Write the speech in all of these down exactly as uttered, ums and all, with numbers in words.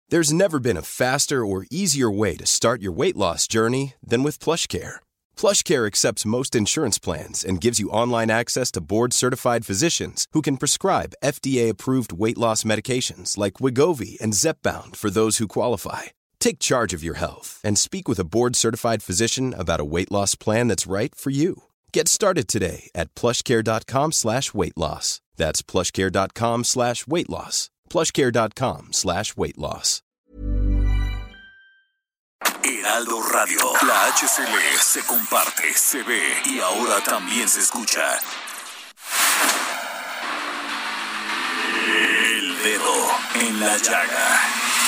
There's never been a faster or easier way to start your weight loss journey than with PlushCare. PlushCare accepts most insurance plans and gives you online access to board-certified physicians who can prescribe F D A-approved weight loss medications like Wegovy and Zepbound for those who qualify. Take charge of your health and speak with a board-certified physician about a weight loss plan that's right for you. Get started today at plushcare.com slash weight loss. That's plushcare.com slash weight loss. plushcare.com slash weight loss. Heraldo Radio. La H C L se comparte, se ve y ahora también se escucha. El dedo en la llaga.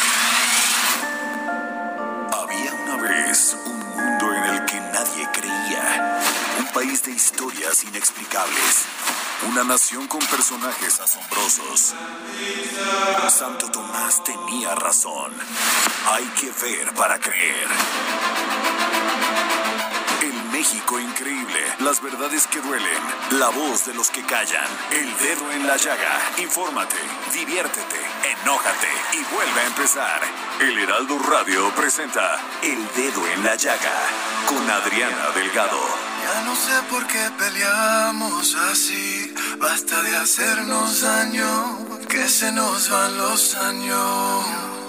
Había una vez un mundo en el que nadie creía. Un país de historias inexplicables. Una nación con personajes asombrosos. Santo Tomás tenía razón. Hay que ver para creer. El México increíble. Las verdades que duelen. La voz de los que callan. El dedo en la llaga. Infórmate, diviértete, enójate y vuelve a empezar. El Heraldo Radio presenta El Dedo en la Llaga con Adriana Delgado. Ya no sé por qué peleamos así. Basta de hacernos daño, que se nos van los años.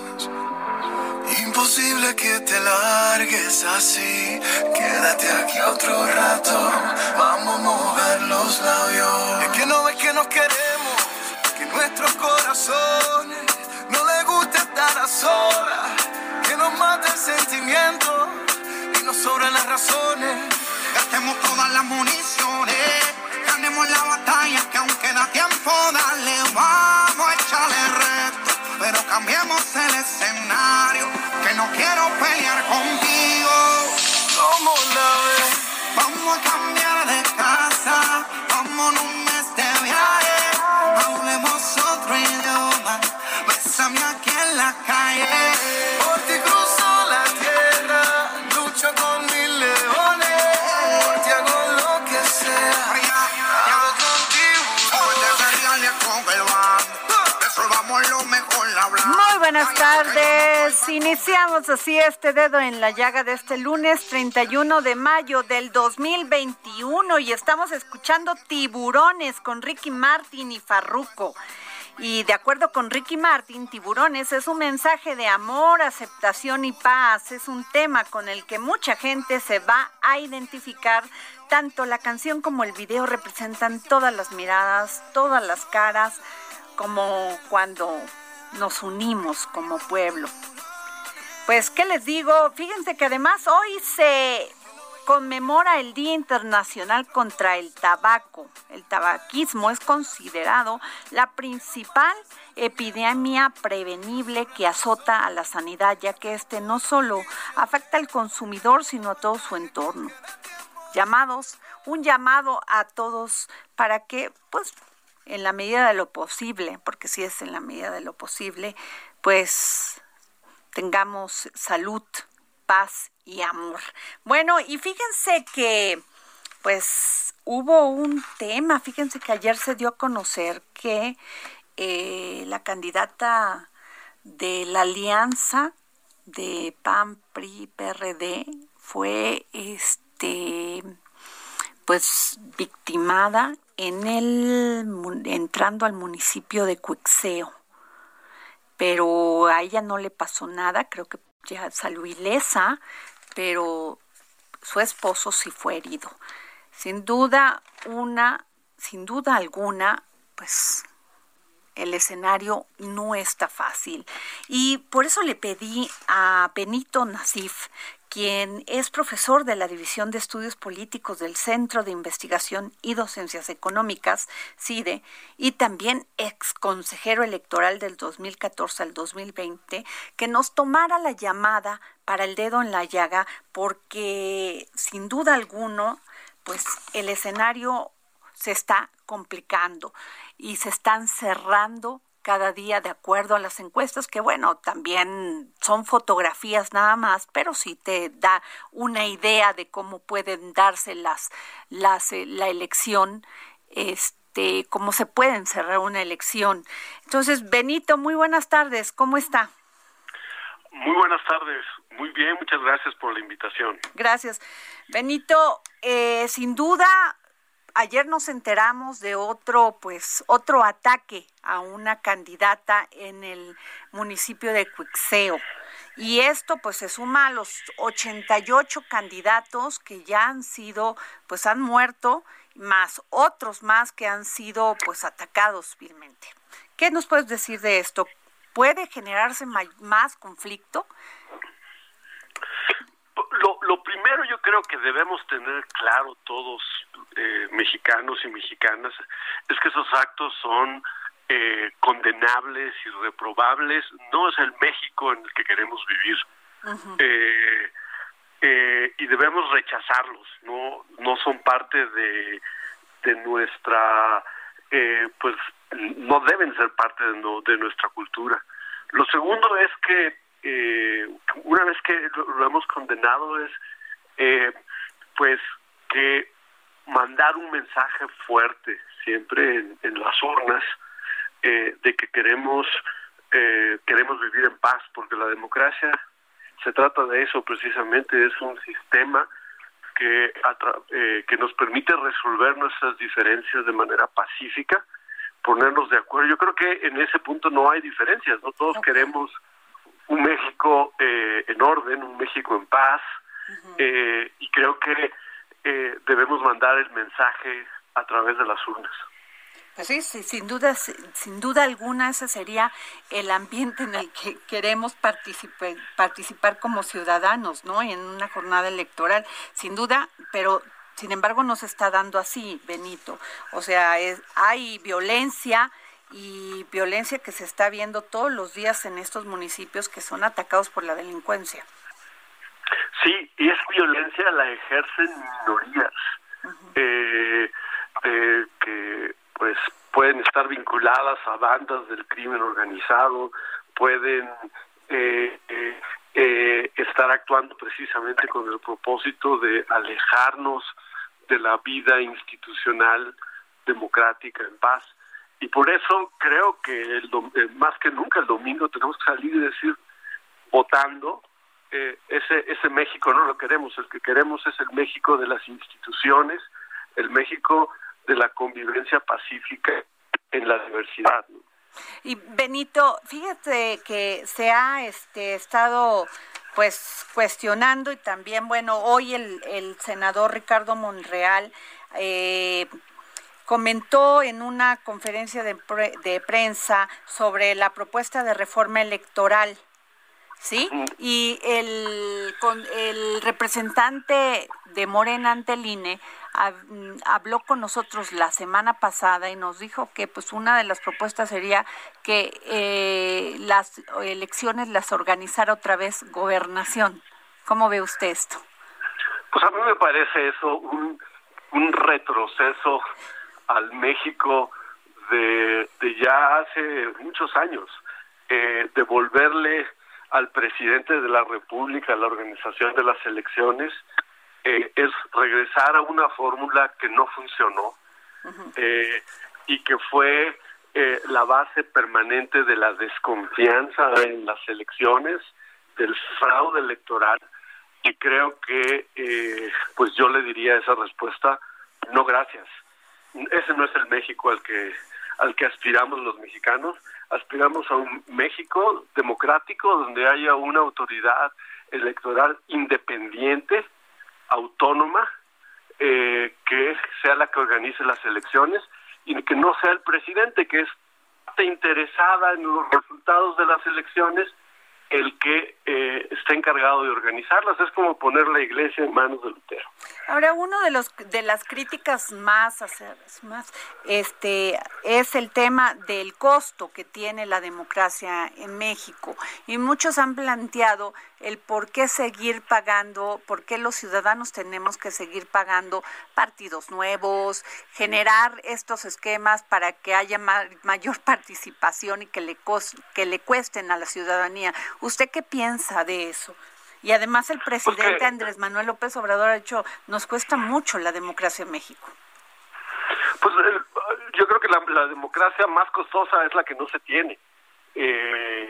Imposible que te largues así. Quédate aquí otro rato. Vamos a mover los labios. Es que no ves que nos queremos, que nuestros corazones no les gusta estar a solas, que nos mata el sentimiento y nos sobran las razones. Gastemos todas las municiones, ganemos la batalla, que aún queda tiempo, dale, vamos a echarle reto, pero cambiemos el escenario, que no quiero pelear contigo. ¿Cómo la ves? Vamos a cambiar de casa, vámonos un mes de viaje, hablemos otro idioma, bésame aquí en la calle. Por ti cruzo la tierra, lucho con mil leones, por ti hago lo que sea, te hago contigo. Con el bando, resolvamos lo mejor hablando. Muy buenas tardes, iniciamos así este dedo en la llaga de este lunes treinta y uno de mayo del dos mil veintiuno y estamos escuchando Tiburones con Ricky Martin y Farruko. Y de acuerdo con Ricky Martin, Tiburones es un mensaje de amor, aceptación y paz. Es un tema con el que mucha gente se va a identificar. Tanto la canción como el video representan todas las miradas, todas las caras, como cuando nos unimos como pueblo. Pues, ¿qué les digo? Fíjense que además hoy se conmemora el Día Internacional contra el Tabaco. El tabaquismo es considerado la principal epidemia prevenible que azota a la sanidad, ya que este no solo afecta al consumidor, sino a todo su entorno. Llamados, un llamado a todos para que, pues, en la medida de lo posible, porque si es en la medida de lo posible, pues tengamos salud, paz y amor. Bueno, y fíjense que pues hubo un tema, fíjense que ayer se dio a conocer que eh, la candidata de la alianza de P A N, P R I, P R D fue este pues victimada en el entrando al municipio de Cuixeo, pero a ella no le pasó nada, creo que ya salió ilesa, pero su esposo sí fue herido. Sin duda una, sin duda alguna, pues el escenario no está fácil. Y por eso le pedí a Benito Nasif, quien es profesor de la División de Estudios Políticos del Centro de Investigación y Docencias Económicas, CIDE, y también ex consejero electoral del dos mil catorce al dos mil veinte, que nos tomara la llamada para el dedo en la llaga, porque sin duda alguno, pues el escenario se está complicando y se están cerrando cada día de acuerdo a las encuestas, que bueno, también son fotografías nada más, pero sí te da una idea de cómo pueden darse las, las eh, la elección, este, cómo se pueden cerrar una elección. Entonces, Benito, muy buenas tardes, ¿cómo está? Muy buenas tardes. Muy bien, muchas gracias por la invitación. Gracias. Benito, eh, sin duda, ayer nos enteramos de otro, pues, otro ataque a una candidata en el municipio de Cuitzeo. Y esto, pues, se suma a los ochenta y ocho candidatos que ya han sido, pues, han muerto, más otros más que han sido, pues, atacados vilmente. ¿Qué nos puedes decir de esto? ¿Puede generarse más conflicto? Lo, lo primero yo creo que debemos tener claro todos, eh, mexicanos y mexicanas, es que esos actos son eh, condenables y reprobables. No es el México en el que queremos vivir. Uh-huh. eh, eh, y debemos rechazarlos. No, no son parte de, de nuestra... Eh, pues no deben ser parte de, no, de nuestra cultura. Lo segundo es que eh, una vez que lo, lo hemos condenado es eh, pues que mandar un mensaje fuerte siempre en, en las urnas eh, de que queremos eh, queremos vivir en paz, porque la democracia se trata de eso precisamente. Es un sistema que, atra- eh, que nos permite resolver nuestras diferencias de manera pacífica, ponernos de acuerdo. Yo creo que en ese punto no hay diferencias, ¿no? Todos okay. queremos un México eh, en orden, un México en paz, uh-huh. eh, y creo que eh, debemos mandar el mensaje a través de las urnas. Pues sí, sí, sin duda, sin duda alguna ese sería el ambiente en el que queremos participar, participar como ciudadanos, ¿no? En una jornada electoral, sin duda, pero sin embargo no se está dando así, Benito. O sea, es, hay violencia y violencia que se está viendo todos los días en estos municipios que son atacados por la delincuencia. Sí, y esa violencia la ejercen minorías uh-huh. eh, eh, que pues pueden estar vinculadas a bandas del crimen organizado, pueden eh, eh, eh, estar actuando precisamente con el propósito de alejarnos de la vida institucional democrática en paz. Y por eso creo que el dom- eh, más que nunca el domingo tenemos que salir y decir, votando, eh, ese ese México no lo queremos. El que queremos es el México de las instituciones, el México de la convivencia pacífica en la diversidad. Y Benito, fíjate que se ha este estado pues cuestionando, y también, bueno, hoy el, el senador Ricardo Monreal eh, comentó en una conferencia de, pre, de prensa sobre la propuesta de reforma electoral, ¿sí? Y el, con, el representante de Morena ante el I N E habló con nosotros la semana pasada y nos dijo que pues una de las propuestas sería que eh, las elecciones las organizara otra vez Gobernación. ¿Cómo ve usted esto? Pues a mí me parece eso un, un retroceso al México de, de ya hace muchos años, eh, devolverle al presidente de la República la organización de las elecciones. Eh, es regresar a una fórmula que no funcionó uh-huh. eh, y que fue eh, la base permanente de la desconfianza en las elecciones, del fraude electoral, y creo que eh, pues yo le diría esa respuesta, no gracias. Ese no es el México al que al que aspiramos los mexicanos. Aspiramos a un México democrático donde haya una autoridad electoral independiente, autónoma, eh, que sea la que organice las elecciones y que no sea el presidente, que es interesada en los resultados de las elecciones, el que eh, está encargado de organizarlas. Es como poner la iglesia en manos de Lutero. Ahora, uno de los de las críticas más aceras, más este es el tema del costo que tiene la democracia en México, y muchos han planteado el por qué seguir pagando, por qué los ciudadanos tenemos que seguir pagando partidos nuevos, generar estos esquemas para que haya ma- mayor participación y que le cos- que le cuesten a la ciudadanía. ¿Usted qué piensa de eso? Y además el presidente Porque, Andrés Manuel López Obrador ha dicho, nos cuesta mucho la democracia en México. Pues el, yo creo que la, la democracia más costosa es la que no se tiene. Eh,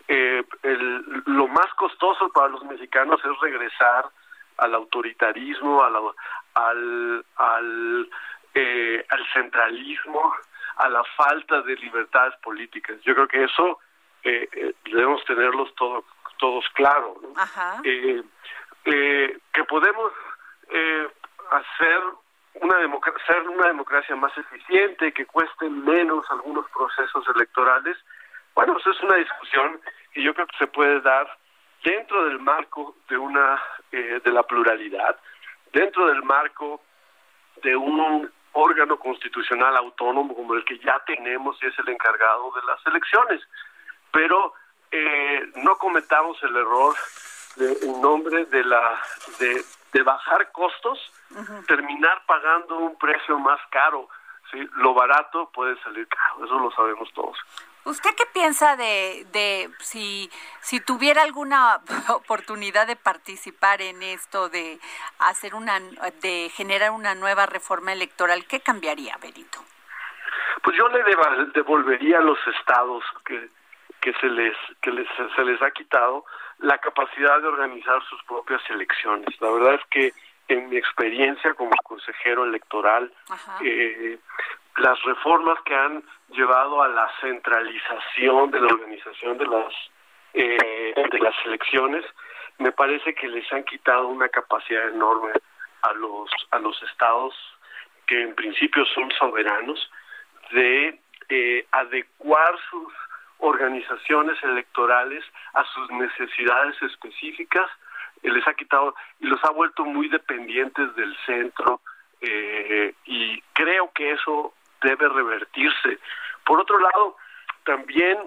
eh, el, lo más costoso para los mexicanos es regresar al autoritarismo, a la, al al eh, al centralismo, a la falta de libertades políticas. Yo creo que eso eh, eh, debemos tenerlos todo, todos claros, ¿no? Ajá. Eh, eh, que podemos eh, hacer una democracia, ser una democracia más eficiente, que cuesten menos algunos procesos electorales. Bueno, eso es una discusión que yo creo que se puede dar dentro del marco de una eh, de la pluralidad, dentro del marco de un órgano constitucional autónomo como el que ya tenemos y es el encargado de las elecciones. Pero eh, no cometamos el error de, en nombre de la de, de bajar costos, uh-huh. terminar pagando un precio más caro. ¿Sí? Lo barato puede salir caro, eso lo sabemos todos. ¿Usted qué piensa de, de si, si tuviera alguna oportunidad de participar en esto, de hacer una, de generar una nueva reforma electoral? ¿Qué cambiaría, Benito? Pues yo le devolvería a los estados que que se les que les se les ha quitado la capacidad de organizar sus propias elecciones. La verdad es que en mi experiencia como consejero electoral, eh, las reformas que han llevado a la centralización de la organización de las eh, de las elecciones, me parece que les han quitado una capacidad enorme a los a los estados, que en principio son soberanos, de eh, adecuar sus organizaciones electorales a sus necesidades específicas. Eh, les ha quitado y los ha vuelto muy dependientes del centro, eh, y creo que eso debe revertirse. Por otro lado, también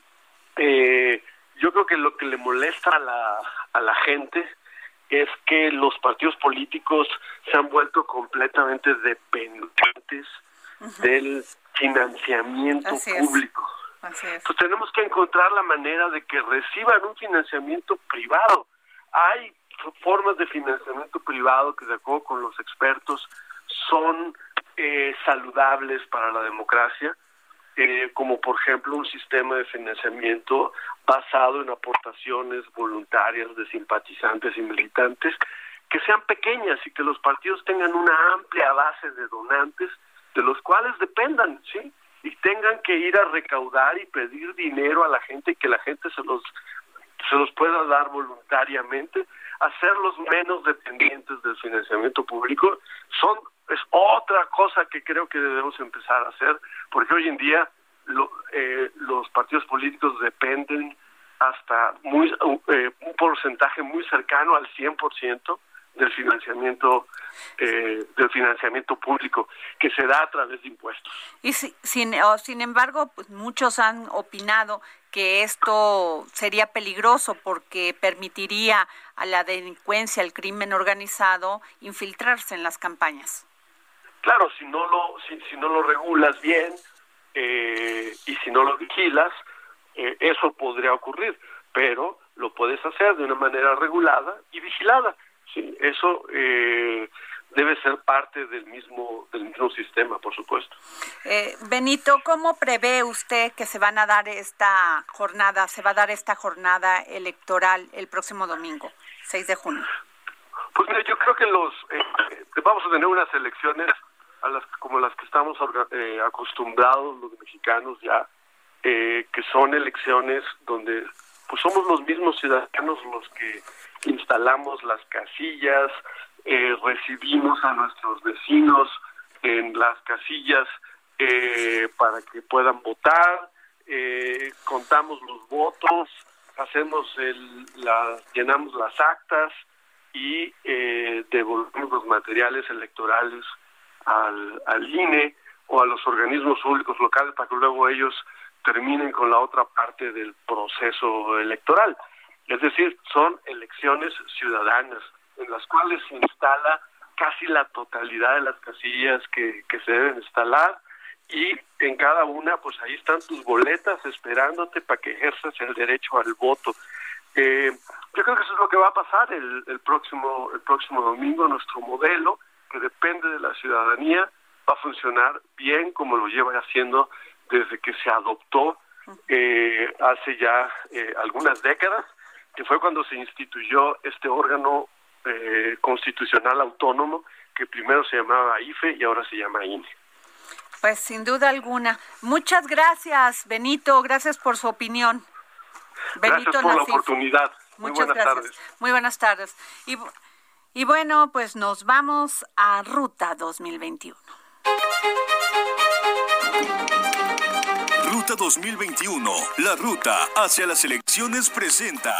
eh, yo creo que lo que le molesta a la, a la gente es que los partidos políticos se han vuelto completamente dependientes uh-huh. del financiamiento Así público. Es. Así es. Entonces tenemos que encontrar la manera de que reciban un financiamiento privado. Hay formas de financiamiento privado que, de acuerdo con los expertos, son eh, saludables para la democracia, eh, como por ejemplo un sistema de financiamiento basado en aportaciones voluntarias de simpatizantes y militantes, que sean pequeñas y que los partidos tengan una amplia base de donantes de los cuales dependan, ¿sí? Y tengan que ir a recaudar y pedir dinero a la gente y que la gente se los se los pueda dar voluntariamente, hacerlos menos dependientes del financiamiento público. Son es otra cosa que creo que debemos empezar a hacer, porque hoy en día lo, eh, los partidos políticos dependen hasta muy eh, un porcentaje muy cercano al cien por ciento del financiamiento eh, del financiamiento público que se da a través de impuestos. Y si, sin, oh, sin embargo, pues muchos han opinado que esto sería peligroso porque permitiría a la delincuencia, al crimen organizado, infiltrarse en las campañas. Claro, si no lo si, si no lo regulas bien eh, y si no lo vigilas, eh, eso podría ocurrir, pero lo puedes hacer de una manera regulada y vigilada. Sí, eso eh, debe ser parte del mismo del mismo sistema, por supuesto. Eh, Benito, ¿cómo prevé usted que se van a dar esta jornada, se va a dar esta jornada electoral el próximo domingo, seis de junio? Pues mira, yo creo que los eh, vamos a tener unas elecciones a las como las que estamos eh, acostumbrados los mexicanos ya, eh, que son elecciones donde pues somos los mismos ciudadanos los que instalamos las casillas, eh, recibimos a nuestros vecinos en las casillas eh, para que puedan votar, eh, contamos los votos, hacemos el, la, llenamos las actas y eh, devolvemos los materiales electorales al, al I N E o a los organismos públicos locales para que luego ellos terminen con la otra parte del proceso electoral. Es decir, son elecciones ciudadanas en las cuales se instala casi la totalidad de las casillas que, que se deben instalar, y en cada una pues ahí están tus boletas esperándote para que ejerzas el derecho al voto. Eh, yo creo que eso es lo que va a pasar el, el próximo el próximo domingo. Nuestro modelo, que depende de la ciudadanía, va a funcionar bien como lo lleva haciendo desde que se adoptó eh, hace ya eh, algunas décadas, que fue cuando se instituyó este órgano eh, constitucional autónomo que primero se llamaba I F E y ahora se llama I N E. Pues sin duda alguna. Muchas gracias, Benito. Gracias por su opinión. Benito gracias por Nasif. La oportunidad. Muy Muchas buenas gracias. tardes. Muy buenas tardes. Y, y bueno, pues nos vamos a Ruta dos mil veintiuno. Ruta dos mil veintiuno, la ruta hacia las elecciones presenta.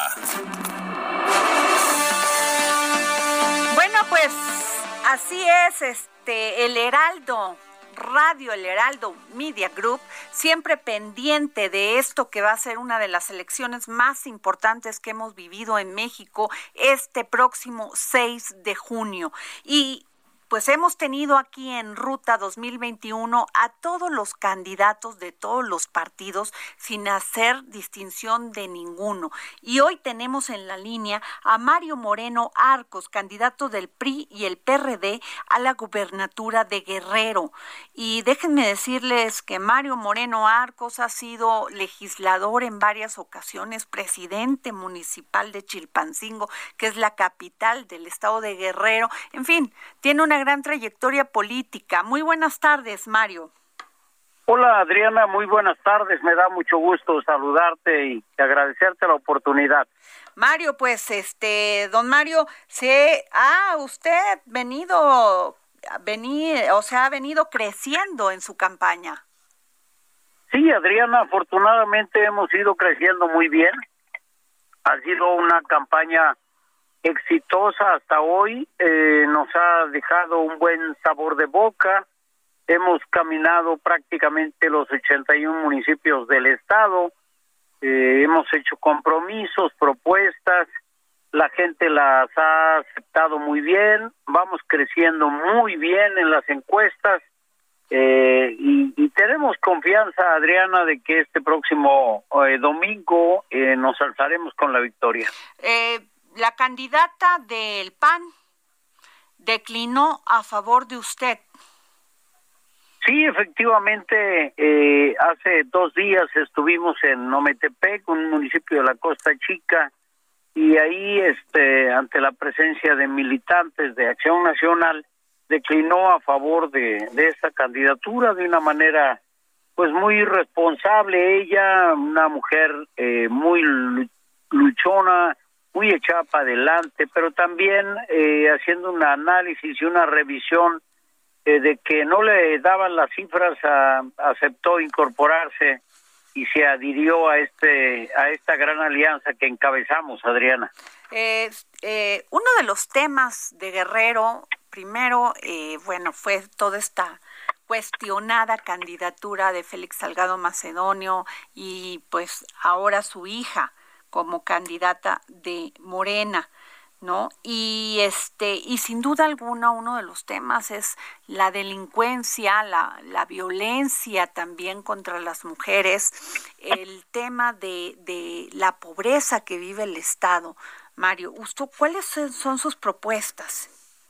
Bueno, pues así es, este, el Heraldo Radio, el Heraldo Media Group, siempre pendiente de esto que va a ser una de las elecciones más importantes que hemos vivido en México este próximo seis de junio. Y pues hemos tenido aquí en Ruta dos mil veintiuno a todos los candidatos de todos los partidos sin hacer distinción de ninguno. Y hoy tenemos en la línea a Mario Moreno Arcos, candidato del P R I y el P R D a la gubernatura de Guerrero. Y déjenme decirles que Mario Moreno Arcos ha sido legislador en varias ocasiones, presidente municipal de Chilpancingo, que es la capital del estado de Guerrero. En fin, tiene una gran trayectoria política. Muy buenas tardes, Mario. Hola, Adriana, muy buenas tardes. Me da mucho gusto saludarte y agradecerte la oportunidad. Mario, pues, este, don Mario, se ha usted venido, venir, o sea, ha venido creciendo en su campaña. Sí, Adriana, afortunadamente hemos ido creciendo muy bien. Ha sido una campaña exitosa hasta hoy, eh, nos ha dejado un buen sabor de boca. Hemos caminado prácticamente los ochenta y uno municipios del estado, eh, hemos hecho compromisos, propuestas, la gente las ha aceptado muy bien, vamos creciendo muy bien en las encuestas, eh, y, y tenemos confianza, Adriana, de que este próximo eh, domingo eh, nos alzaremos con la victoria. Eh... La candidata del P A N declinó a favor de usted. Sí, efectivamente, eh, hace dos días estuvimos en Ometepec, un municipio de la Costa Chica, y ahí, este, ante la presencia de militantes de Acción Nacional, declinó a favor de, de esta candidatura de una manera, pues, muy responsable. Ella, una mujer eh, muy luchona, muy echada para adelante, pero también eh, haciendo un análisis y una revisión eh, de que no le daban las cifras, a, aceptó incorporarse y se adhirió a este a esta gran alianza que encabezamos, Adriana. Eh, eh, uno de los temas de Guerrero, primero, eh, bueno, fue toda esta cuestionada candidatura de Félix Salgado Macedonio y pues ahora su hija como candidata de Morena, ¿no? Y este y sin duda alguna uno de los temas es la delincuencia, la, la violencia también contra las mujeres, el tema de, de la pobreza que vive el Estado. Mario, ¿usted cuáles son sus propuestas?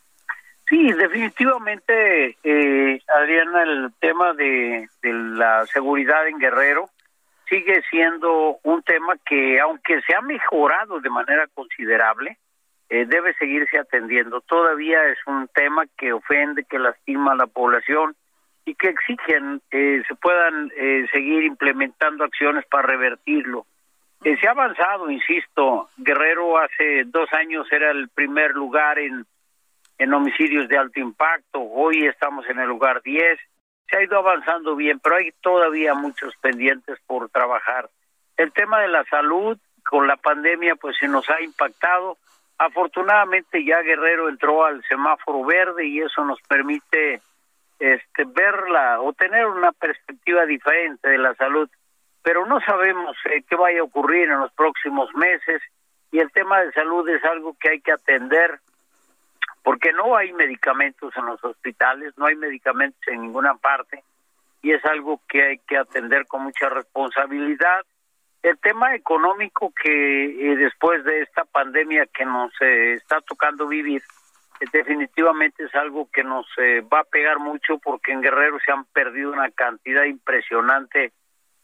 Sí, definitivamente, eh, Adriana, el tema de, de la seguridad en Guerrero sigue siendo un tema que, aunque se ha mejorado de manera considerable, eh, debe seguirse atendiendo. Todavía es un tema que ofende, que lastima a la población y que exigen eh, se puedan eh, seguir implementando acciones para revertirlo. Eh, se ha avanzado, insisto. Guerrero hace dos años era el primer lugar en, en homicidios de alto impacto. Hoy estamos en el lugar diez. Se ha ido avanzando bien, pero hay todavía muchos pendientes por trabajar. El tema de la salud, con la pandemia, pues se nos ha impactado. Afortunadamente ya Guerrero entró al semáforo verde y eso nos permite este, verla o tener una perspectiva diferente de la salud. Pero no sabemos eh, qué vaya a ocurrir en los próximos meses y el tema de salud es algo que hay que atender, porque no hay medicamentos en los hospitales, no hay medicamentos en ninguna parte, y es algo que hay que atender con mucha responsabilidad. El tema económico que eh, después de esta pandemia que nos eh, está tocando vivir, eh, definitivamente es algo que nos eh, va a pegar mucho, porque en Guerrero se han perdido una cantidad impresionante de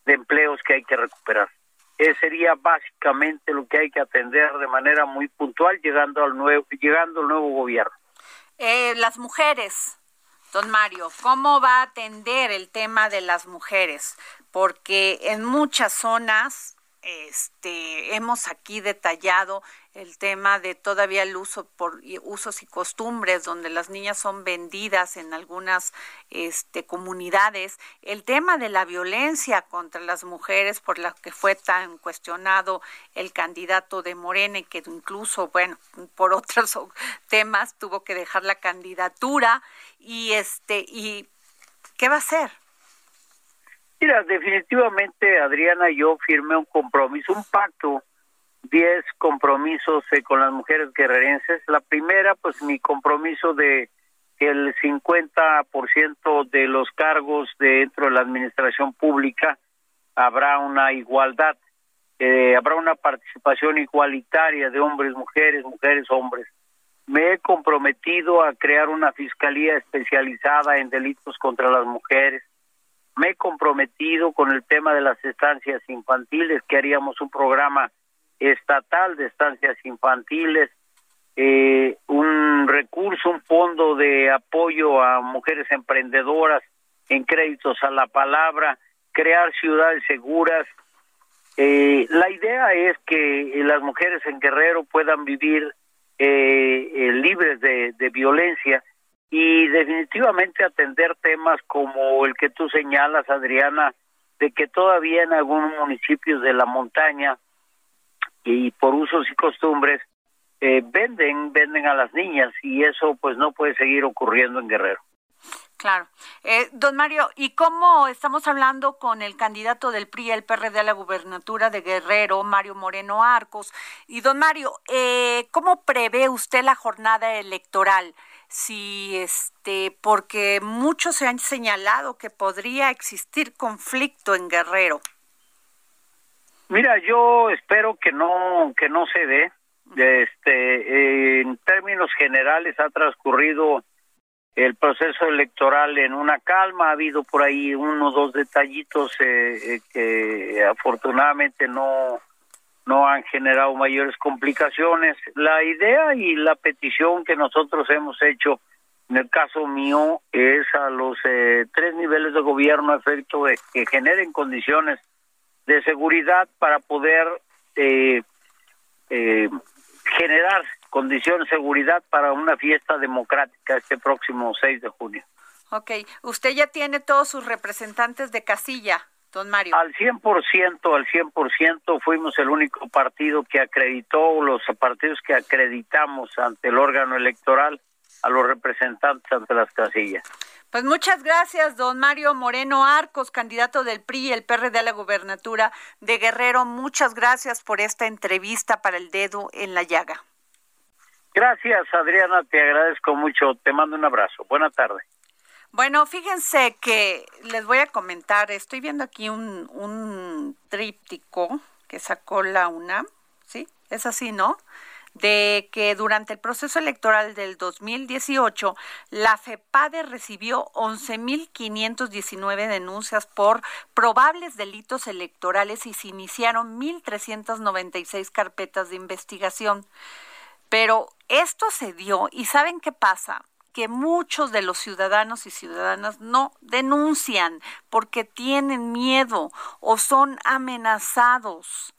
de empleos que hay que recuperar. Ese sería básicamente lo que hay que atender de manera muy puntual llegando al nuevo, llegando al nuevo gobierno. Eh, las mujeres, don Mario, ¿cómo va a atender el tema de las mujeres? Porque en muchas zonas este, hemos aquí detallado el tema de todavía el uso por usos y costumbres, donde las niñas son vendidas en algunas este, comunidades, el tema de la violencia contra las mujeres, por la que fue tan cuestionado el candidato de Morena, y que incluso, bueno, por otros temas tuvo que dejar la candidatura, y este, y ¿qué va a hacer? Mira, definitivamente, Adriana, yo firmé un compromiso, un pacto, diez compromisos eh, con las mujeres guerrerenses. La primera, pues mi compromiso de que el cincuenta por ciento de los cargos dentro de la administración pública habrá una igualdad, eh, habrá una participación igualitaria de hombres, mujeres, mujeres, hombres. Me he comprometido a crear una fiscalía especializada en delitos contra las mujeres. Me he comprometido con el tema de las estancias infantiles, que haríamos un programa estatal de estancias infantiles, eh, un recurso, un fondo de apoyo a mujeres emprendedoras en créditos a la palabra, crear ciudades seguras. Eh, la idea es que las mujeres en Guerrero puedan vivir eh, eh, libres de, de violencia, y definitivamente atender temas como el que tú señalas, Adriana, de que todavía en algunos municipios de la montaña y por usos y costumbres eh, venden venden a las niñas, y eso pues no puede seguir ocurriendo en Guerrero. Claro. Eh, don Mario, ¿y cómo estamos hablando con el candidato del P R I, el P R D a la gubernatura de Guerrero, Mario Moreno Arcos? Y don Mario, eh, ¿cómo prevé usted la jornada electoral? Si este, porque muchos se han señalado que podría existir conflicto en Guerrero. Mira, yo espero que no que no se dé. Este, eh, en términos generales ha transcurrido el proceso electoral en una calma. Ha habido por ahí uno o dos detallitos eh, eh, que afortunadamente no no han generado mayores complicaciones. La idea y la petición que nosotros hemos hecho, en el caso mío, es a los eh, tres niveles de gobierno, a efecto de que generen condiciones de seguridad para poder eh, eh, generar condiciones de seguridad para una fiesta democrática este próximo seis de junio. Ok, usted ya tiene todos sus representantes de casilla, don Mario. Al cien por ciento, al cien por ciento, fuimos el único partido que acreditó, los partidos que acreditamos ante el órgano electoral a los representantes ante las casillas. Pues muchas gracias, don Mario Moreno Arcos, candidato del P R I y el P R D a la gubernatura de Guerrero. Muchas gracias por esta entrevista para El Dedo en la Llaga. Gracias, Adriana, te agradezco mucho. Te mando un abrazo. Buena tarde. Bueno, fíjense que les voy a comentar, estoy viendo aquí un, un tríptico que sacó la UNAM, ¿sí? Es así, ¿no? De que durante el proceso electoral del dos mil dieciocho, la FEPADE recibió once mil quinientas diecinueve denuncias por probables delitos electorales y se iniciaron mil trescientas noventa y seis carpetas de investigación. Pero esto se dio, y ¿saben qué pasa? Que muchos de los ciudadanos y ciudadanas no denuncian porque tienen miedo o son amenazados.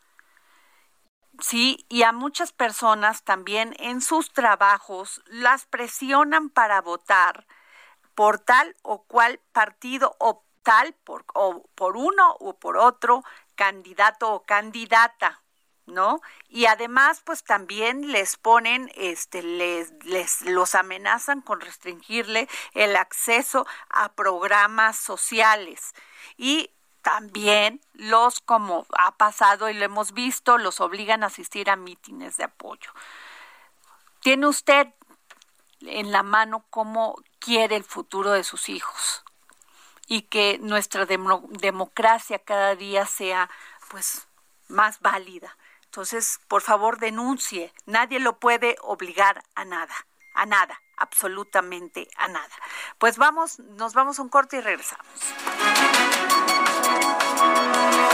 Sí, y a muchas personas también en sus trabajos las presionan para votar por tal o cual partido o tal por, o por uno o por otro candidato o candidata, ¿no? Y además, pues también les ponen, este, les, les los amenazan con restringirle el acceso a programas sociales. Y también los, como ha pasado y lo hemos visto, los obligan a asistir a mítines de apoyo. ¿Tiene usted en la mano cómo quiere el futuro de sus hijos? Y que nuestra demo, democracia cada día sea, pues, más válida. Entonces, por favor, denuncie. Nadie lo puede obligar a nada, a nada, absolutamente a nada. Pues vamos, nos vamos a un corte y regresamos.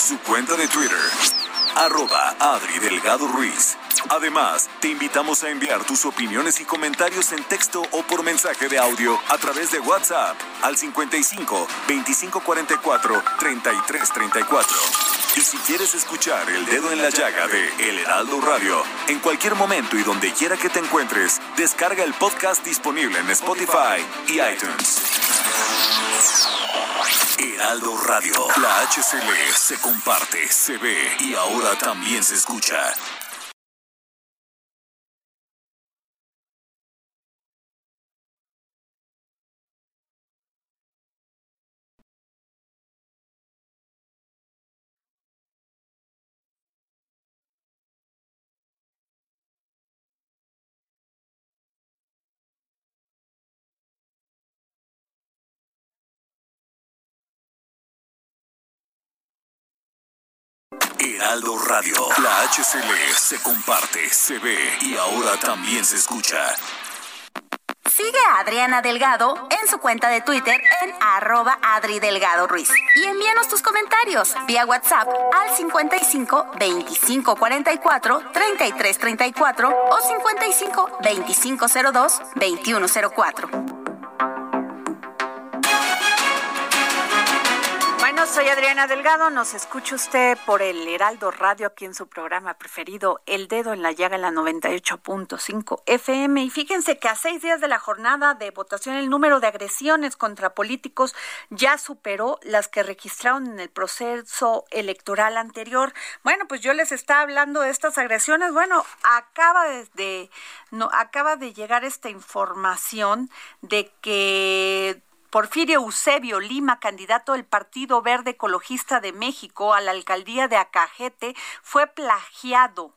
su cuenta de Twitter, arroba Adri Delgado Ruiz. Además, te invitamos a enviar tus opiniones y comentarios en texto o por mensaje de audio a través de WhatsApp al cincuenta y cinco, veinticinco cuarenta y cuatro, treinta y tres treinta y cuatro. Y si quieres escuchar El Dedo en la Llaga de El Heraldo Radio, en cualquier momento y donde quiera que te encuentres, descarga el podcast disponible en Spotify y iTunes. Heraldo Radio, la H C L se comparte, se ve y ahora también se escucha. Heraldo Radio, la H C L se comparte, se ve y ahora también se escucha. Sigue a Adriana Delgado en su cuenta de Twitter en arroba Adri Delgado Ruiz. Y envíanos tus comentarios vía WhatsApp al cincuenta y cinco, veinticinco cuarenta y cuatro, treinta y tres treinta y cuatro o cincuenta y cinco, veinticinco cero dos, veintiuno cero cuatro. Bueno, soy Adriana Delgado, nos escucha usted por el Heraldo Radio aquí en su programa preferido, El Dedo en la Llaga, en la noventa y ocho punto cinco F M. Y fíjense que a seis días de la jornada de votación el número de agresiones contra políticos ya superó las que registraron en el proceso electoral anterior. Bueno, pues yo les estaba hablando de estas agresiones. Bueno, acaba de, de no acaba de llegar esta información de que Porfirio Eusebio Lima, candidato del Partido Verde Ecologista de México a la alcaldía de Acajete, fue plagiado.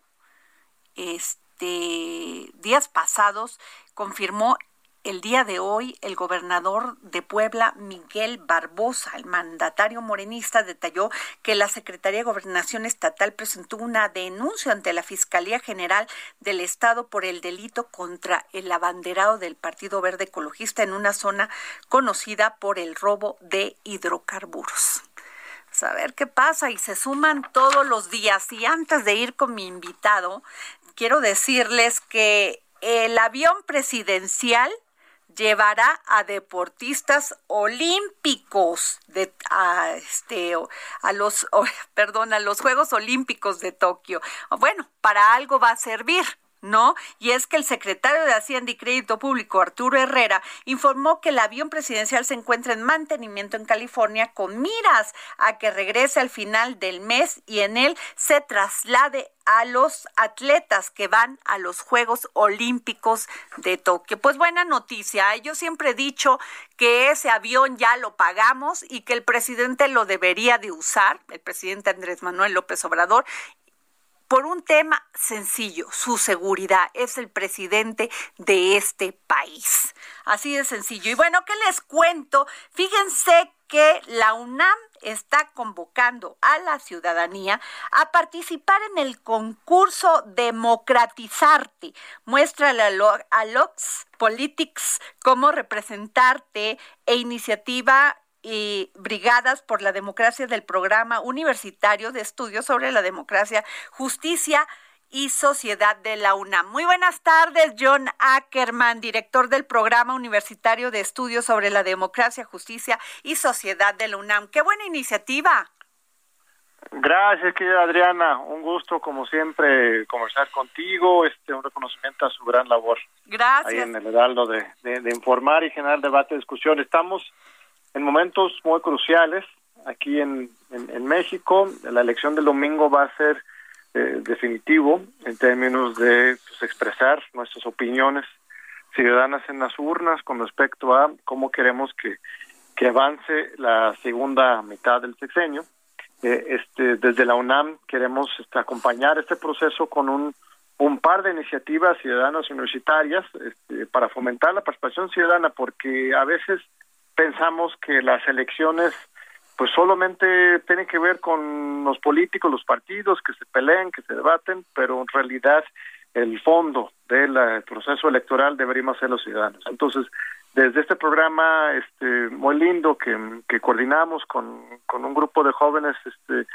Este, días pasados, confirmó el día de hoy el gobernador de Puebla, Miguel Barbosa. El mandatario morenista detalló que la Secretaría de Gobernación Estatal presentó una denuncia ante la Fiscalía General del Estado por el delito contra el abanderado del Partido Verde Ecologista en una zona conocida por el robo de hidrocarburos. A ver qué pasa, y se suman todos los días. Y antes de ir con mi invitado, quiero decirles que el avión presidencial llevará a deportistas olímpicos de a este a los oh, perdón, a los Juegos Olímpicos de Tokio. Bueno, para algo va a servir, ¿no? Y es que el secretario de Hacienda y Crédito Público, Arturo Herrera, informó que el avión presidencial se encuentra en mantenimiento en California con miras a que regrese al final del mes y en él se traslade a los atletas que van a los Juegos Olímpicos de Tokio. Pues buena noticia, yo siempre he dicho que ese avión ya lo pagamos y que el presidente lo debería de usar, el presidente Andrés Manuel López Obrador, por un tema sencillo, su seguridad. Es el presidente de este país. Así de sencillo. Y bueno, ¿qué les cuento? Fíjense que la UNAM está convocando a la ciudadanía a participar en el concurso Democratizarte. Muéstrale a, lo, a Lux Politics cómo representarte e iniciativa y brigadas por la democracia del Programa Universitario de Estudios sobre la Democracia, Justicia y Sociedad de la UNAM. Muy buenas tardes, John Ackerman, director del Programa Universitario de Estudios sobre la Democracia, Justicia y Sociedad de la UNAM. ¡Qué buena iniciativa! Gracias, querida Adriana. Un gusto, como siempre, conversar contigo. Este, un reconocimiento a su gran labor. Gracias. Ahí en el Heraldo de, de, de informar y generar debate y discusión. Estamos en momentos muy cruciales aquí en, en, en México. La elección del domingo va a ser eh, definitivo en términos de pues, expresar nuestras opiniones ciudadanas en las urnas con respecto a cómo queremos que, que avance la segunda mitad del sexenio. Eh, este, desde la UNAM queremos este, acompañar este proceso con un, un par de iniciativas ciudadanas y universitarias este, para fomentar la participación ciudadana, porque a veces pensamos que las elecciones pues solamente tienen que ver con los políticos, los partidos que se peleen, que se debaten, pero en realidad el fondo del proceso electoral deberíamos ser los ciudadanos. Entonces, desde este programa este muy lindo que, que coordinamos con, con un grupo de jóvenes este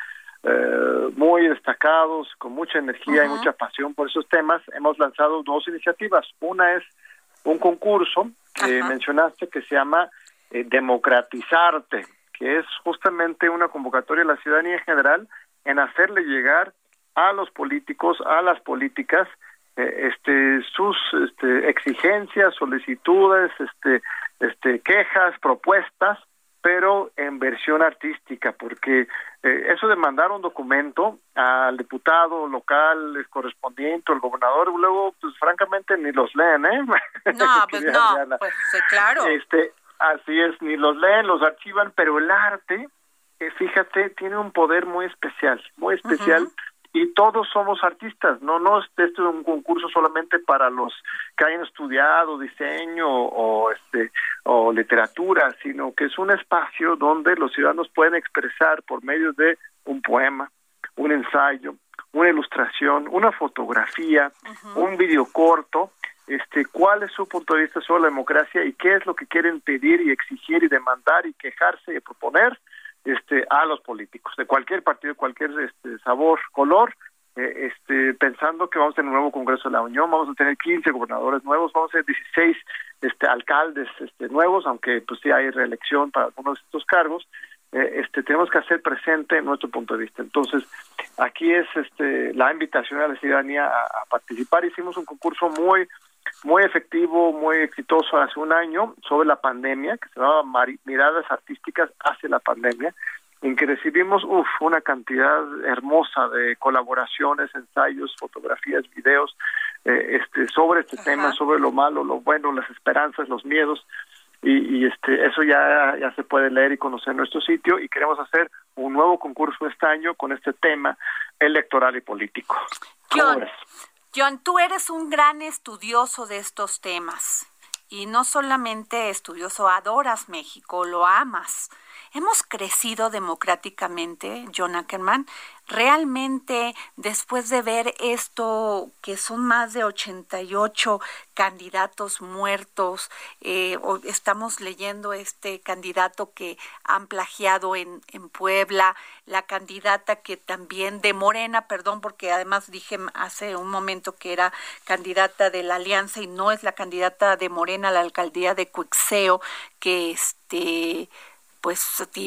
eh, muy destacados, con mucha energía uh-huh. y mucha pasión por esos temas. Hemos lanzado dos iniciativas. Una es un concurso que uh-huh. mencionaste que se llama eh, Democratizarte, que es justamente una convocatoria a la ciudadanía en general en hacerle llegar a los políticos, a las políticas, eh, este, sus este, exigencias, solicitudes, este, este, quejas, propuestas, pero en versión artística, porque eh, eso de mandar un documento al diputado local, el correspondiente, el gobernador, luego, pues francamente ni los leen, ¿eh? No, pues no, Diana. Pues sí, claro. Este, así es, ni los leen, los archivan, pero el arte, eh, fíjate, tiene un poder muy especial, muy especial, uh-huh. y todos somos artistas, no, no este es un concurso solamente para los que hayan estudiado diseño o este o literatura, sino que es un espacio donde los ciudadanos pueden expresar por medio de un poema, un ensayo, una ilustración, una fotografía, uh-huh. un video corto, este, cuál es su punto de vista sobre la democracia y qué es lo que quieren pedir y exigir y demandar y quejarse y proponer este a los políticos de cualquier partido, cualquier este sabor, color, eh, este pensando que vamos a tener un nuevo Congreso de la Unión, vamos a tener quince gobernadores nuevos, vamos a tener dieciséis este alcaldes este nuevos, aunque pues sí hay reelección para algunos de estos cargos. Eh, este tenemos que hacer presente nuestro punto de vista. Entonces, aquí es este la invitación a la ciudadanía a, a participar. Hicimos un concurso muy muy efectivo, muy exitoso hace un año sobre la pandemia, que se llamaba Miradas Artísticas hacia la Pandemia, en que recibimos uf, una cantidad hermosa de colaboraciones, ensayos, fotografías, videos eh, este sobre este Ajá. tema, sobre lo malo, lo bueno, las esperanzas, los miedos, y, y este eso ya, ya se puede leer y conocer en nuestro sitio, y queremos hacer un nuevo concurso este año con este tema electoral y político. John, John, tú eres un gran estudioso de estos temas, y no solamente estudioso, adoras México, lo amas. Hemos crecido democráticamente, John Ackerman. Realmente, después de ver esto, que son más de ochenta y ocho candidatos muertos, eh, estamos leyendo este candidato que han plagiado en, en Puebla, la candidata que también de Morena, perdón, porque además dije hace un momento que era candidata de la Alianza y no es la candidata de Morena a la alcaldía de Cuitzeo, que este... pues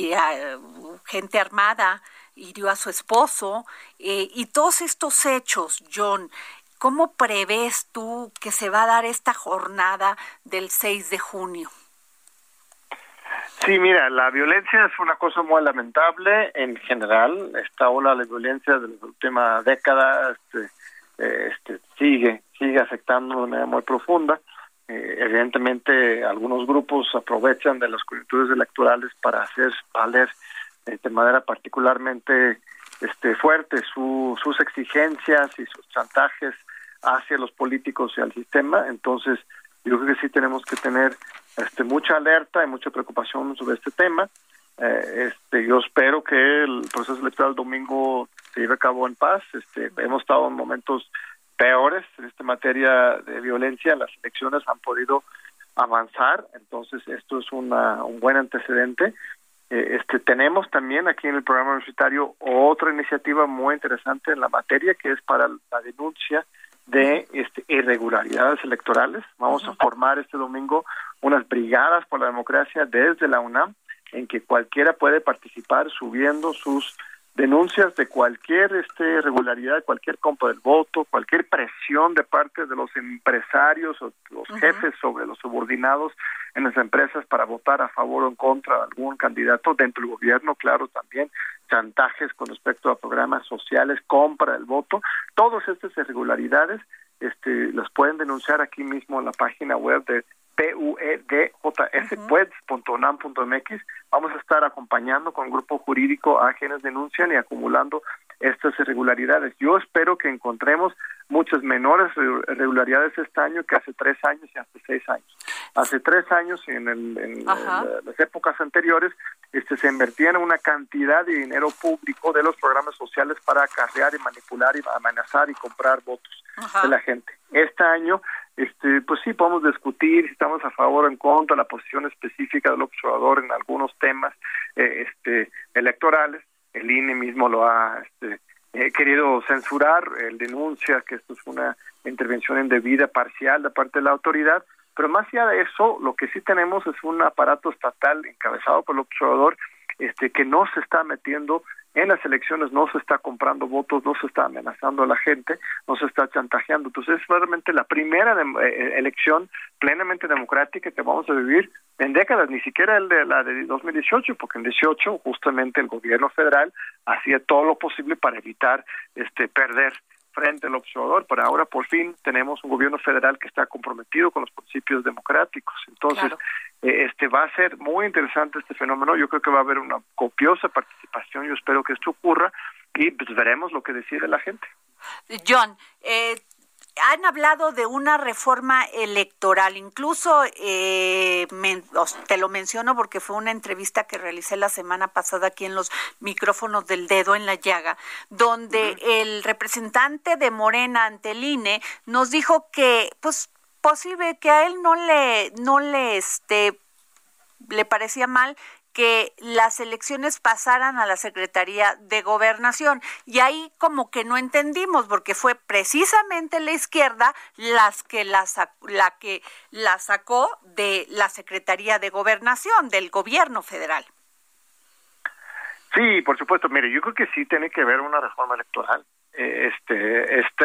gente armada hirió a su esposo, eh, y todos estos hechos, John, ¿cómo prevés tú que se va a dar esta jornada del seis de junio? Sí, mira, la violencia es una cosa muy lamentable en general. Esta ola de violencia de la última década este, eh, este, sigue, sigue afectando de manera muy profunda. Eh, evidentemente algunos grupos aprovechan de las coyunturas electorales para hacer valer eh, de manera particularmente este fuerte su, sus exigencias y sus chantajes hacia los políticos y al sistema. Entonces yo creo que sí tenemos que tener este mucha alerta y mucha preocupación sobre este tema. Eh, este yo espero que el proceso electoral domingo se lleve a cabo en paz. Este hemos estado en momentos peores en esta materia de violencia, las elecciones han podido avanzar, entonces esto es una, un buen antecedente. Eh, este tenemos también aquí en el programa universitario otra iniciativa muy interesante en la materia, que es para la denuncia de este, irregularidades electorales. Vamos a formar este domingo unas brigadas por la democracia desde la UNAM, en que cualquiera puede participar subiendo sus denuncias de cualquier este irregularidad, cualquier compra del voto, cualquier presión de parte de los empresarios o los uh-huh. jefes sobre los subordinados en las empresas para votar a favor o en contra de algún candidato dentro del gobierno, claro, también chantajes con respecto a programas sociales, compra del voto. Todas estas irregularidades este, las pueden denunciar aquí mismo en la página web de P U E D J S punto U N A M punto M X. Vamos a estar acompañando con un grupo jurídico a quienes denuncian y acumulando estas irregularidades. Yo espero que encontremos muchas menores irregularidades este año que hace tres años y hace seis años. Hace tres años y en, el, en, en las épocas anteriores este, se invertía en una cantidad de dinero público de los programas sociales para acarrear y manipular y amenazar y comprar votos Ajá. de la gente. Este año Este, pues sí, podemos discutir si estamos a favor o en contra de la posición específica del observador en algunos temas eh, este, electorales, el I N E mismo lo ha este, eh, querido censurar, él denuncia que esto es una intervención indebida parcial de parte de la autoridad, pero más allá de eso, lo que sí tenemos es un aparato estatal encabezado por el observador este, que no se está metiendo en las elecciones, no se está comprando votos, no se está amenazando a la gente, no se está chantajeando. Entonces es realmente la primera de, eh, elección plenamente democrática que vamos a vivir en décadas, ni siquiera el de la de dos mil dieciocho, porque en dieciocho justamente el gobierno federal hacía todo lo posible para evitar este perder frente al observador, pero ahora por fin tenemos un gobierno federal que está comprometido con los principios democráticos. Entonces, claro. eh, este va a ser muy interesante este fenómeno. Yo creo que va a haber una copiosa participación. Yo espero que esto ocurra y pues veremos lo que decide la gente. John, eh, han hablado de una reforma electoral, incluso eh, me, te lo menciono porque fue una entrevista que realicé la semana pasada aquí en los micrófonos del Dedo en la Llaga, donde uh-huh. el representante de Morena ante el I N E nos dijo que pues posible que a él no le no le este le parecía mal que las elecciones pasaran a la Secretaría de Gobernación. Y ahí como que no entendimos, porque fue precisamente la izquierda las que la, la que la sacó de la Secretaría de Gobernación, del gobierno federal. Sí, por supuesto. Mire, yo creo que sí tiene que haber una reforma electoral. Este, este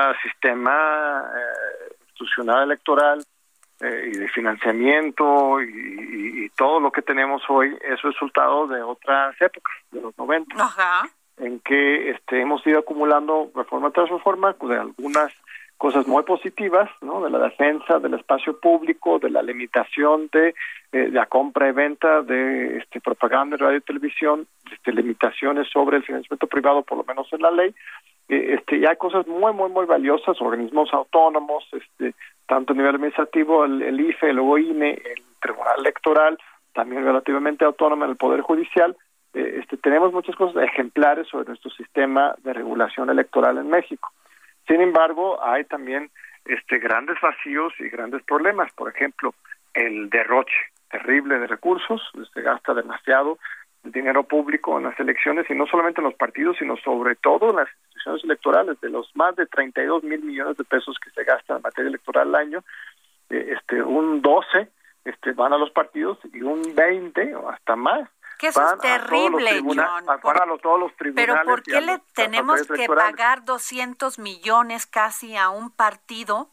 sistema eh, institucional electoral y de financiamiento y, y, y todo lo que tenemos hoy es resultado de otras épocas, de los noventa, Ajá. en que este, hemos ido acumulando reforma tras reforma de algunas cosas muy positivas, ¿no? De la defensa del espacio público, de la limitación de, eh, de la compra y venta de este, propaganda, radio y televisión, este, limitaciones sobre el financiamiento privado, por lo menos en la ley. Eh, este, y hay cosas muy, muy, muy valiosas, organismos autónomos, este, tanto a nivel administrativo, el, el I F E, el O I N E, el Tribunal Electoral, también relativamente autónomo en el Poder Judicial. Eh, este, tenemos muchas cosas ejemplares sobre nuestro sistema de regulación electoral en México. Sin embargo, hay también este, grandes vacíos y grandes problemas. Por ejemplo, el derroche terrible de recursos, se gasta demasiado dinero público en las elecciones, y no solamente en los partidos, sino sobre todo en las instituciones electorales. De los más de treinta y dos mil millones de pesos que se gastan en materia electoral al año, eh, este, un doce este, van a los partidos y un veinte o hasta más que eso es terrible, John. Para los, todos los tribunales. Pero ¿por qué le tenemos que pagar doscientos millones casi a un partido?